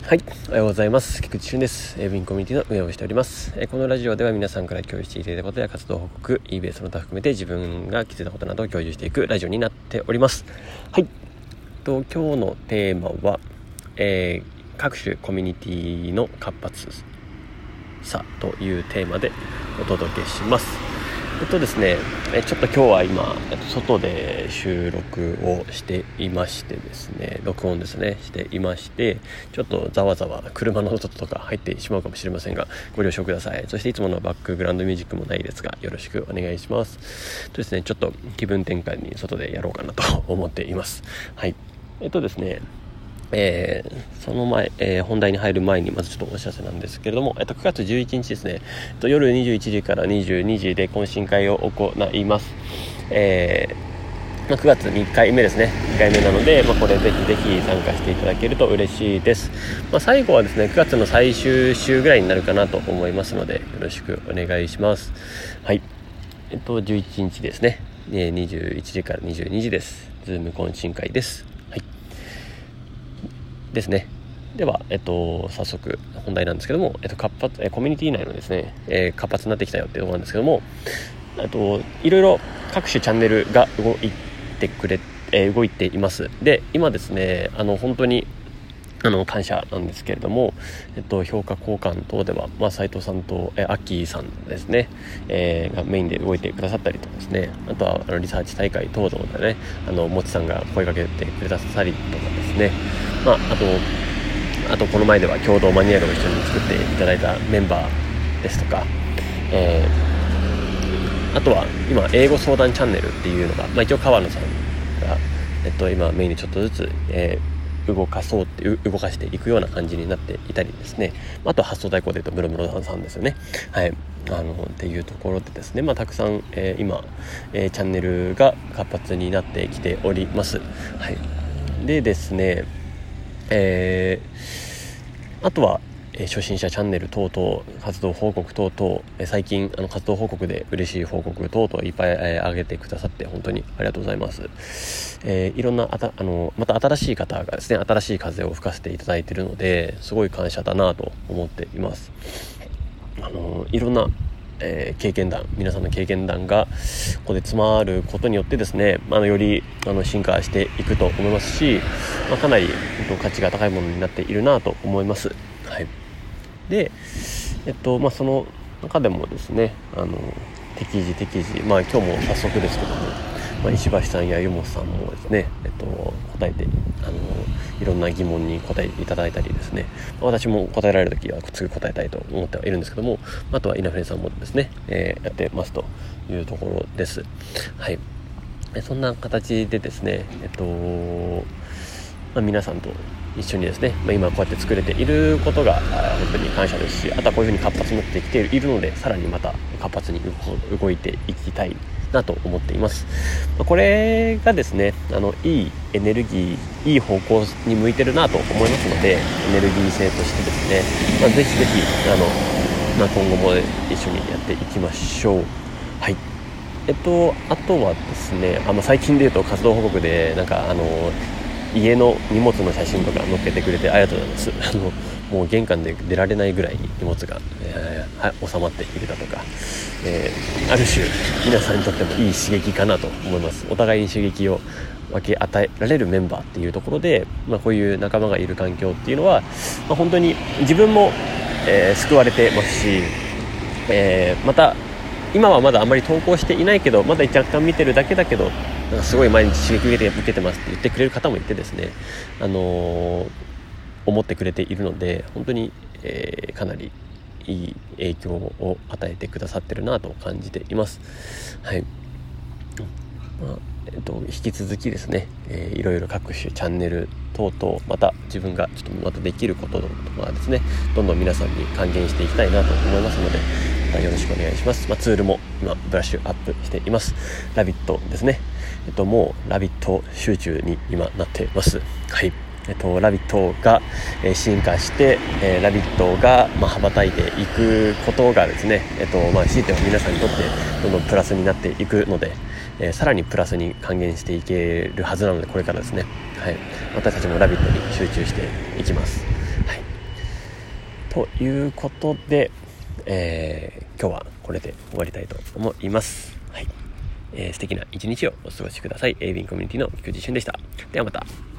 はい、おはようございます。菊池俊です。ウィンコミュニティの運営をしております。このラジオでは皆さんから共有していただいたことや活動報告、eBay その他含めて自分が気づいたことなどを共有していくラジオになっております。はい、今日のテーマは、各種コミュニティの活発さというテーマでお届けします。ですね、ちょっと今日は今外で収録をしていましてですね、録音ですねしていまして、ちょっとざわざわ車の音とか入ってしまうかもしれませんがご了承ください。そしていつものバックグラウンドミュージックもないですがよろしくお願いします。ですね、ちょっと気分転換に外でやろうかなと思っています。はい、ですね、その前、本題に入る前にまずちょっとお知らせなんですけれども、9月11日ですね、夜21時から22時で懇親会を行います。9月2回目ですね、2回目なので、これぜひぜひ参加していただけると嬉しいです。最後はですね、9月の最終週ぐらいになるかなと思いますのでよろしくお願いします。はい、11日ですね、21時から22時です。ズーム懇親会です。ですね。では、早速本題なんですけども、コミュニティ内のですね、活発になってきたよっていうところなんですけども、いろいろ各種チャンネルが動いています。で、今ですね、本当に感謝なんですけれども、評価交換等では、斉藤さんと、アッキーさんですね、がメインで動いてくださったりとかですね、あとはリサーチ大会等々でね、もちさんが声かけてくださったりとかですね、あとこの前では共同マニュアルを一緒に作っていただいたメンバーですとか、あとは今英語相談チャンネルっていうのが、一応川野さんが、今メインでちょっとずつ、動かしていくような感じになっていたりですね、あとは発想代行でいうとムロムロさんですよね。はい、っていうところでですね、たくさん、今、チャンネルが活発になってきております。はい、でですね、あとは、初心者チャンネル等々活動報告等々、最近活動報告で嬉しい報告等々いっぱい、上げてくださって本当にありがとうございます。いろんなまた新しい方がですね、新しい風を吹かせていただいているのですごい感謝だなと思っています。いろんな皆さんの経験談がここで詰まることによってですね、より進化していくと思いますし、かなり価値が高いものになっているなと思います。はい、で、その中でもですね、適時、今日も早速ですけども、石橋さんや湯本さんもですね、答えていろんな疑問に答えていただいたりですね、私も答えられるときはすぐ答えたいと思ってはいるんですけども、あとは稲船さんもですね、やってますというところです。はい、そんな形でですね、皆さんと一緒にですね、今こうやって作れていることが本当に感謝ですし、あとはこういうふうに活発になってきているので、さらにまた活発に動いていきたいなと思っています。これがですね、いいエネルギー、いい方向に向いてるなと思いますので、エネルギー性としてですね、ぜひぜひ今後も一緒にやっていきましょう。はい、あとはですね、最近でいうと活動報告で家の荷物の写真とか載っけてくれてありがとうございます。もう玄関で出られないぐらいに荷物が、収まっているだとか、ある種皆さんにとってもいい刺激かなと思います。お互いに刺激を分け与えられるメンバーっていうところで、こういう仲間がいる環境っていうのは、本当に自分も、救われてますし、また今はまだあまり投稿していないけど、まだ若干見てるだけだけど、すごい毎日刺激受けてますって言ってくれる方もいてですね、思ってくれているので、本当に、かなりいい影響を与えてくださってるなと感じています。はい、引き続きですね、いろいろ各種チャンネル等々、また自分がちょっとまたできることとかですね、どんどん皆さんに還元していきたいなと思いますので、またよろしくお願いします。ツールも今ブラッシュアップしています。ラビットですね、もうラビット集中に今なってます。はい、ラビットが、進化して、ラビットが、羽ばたいていくことがですね、強いては皆さんにとってどんどんプラスになっていくので、さらにプラスに還元していけるはずなので、これからですね、はい、私たちもラビットに集中していきます。はい、 ということで、今日はこれで終わりたいと思います。はい。素敵な一日をお過ごしください。ビンコミュニティの菊池俊でした。ではまた。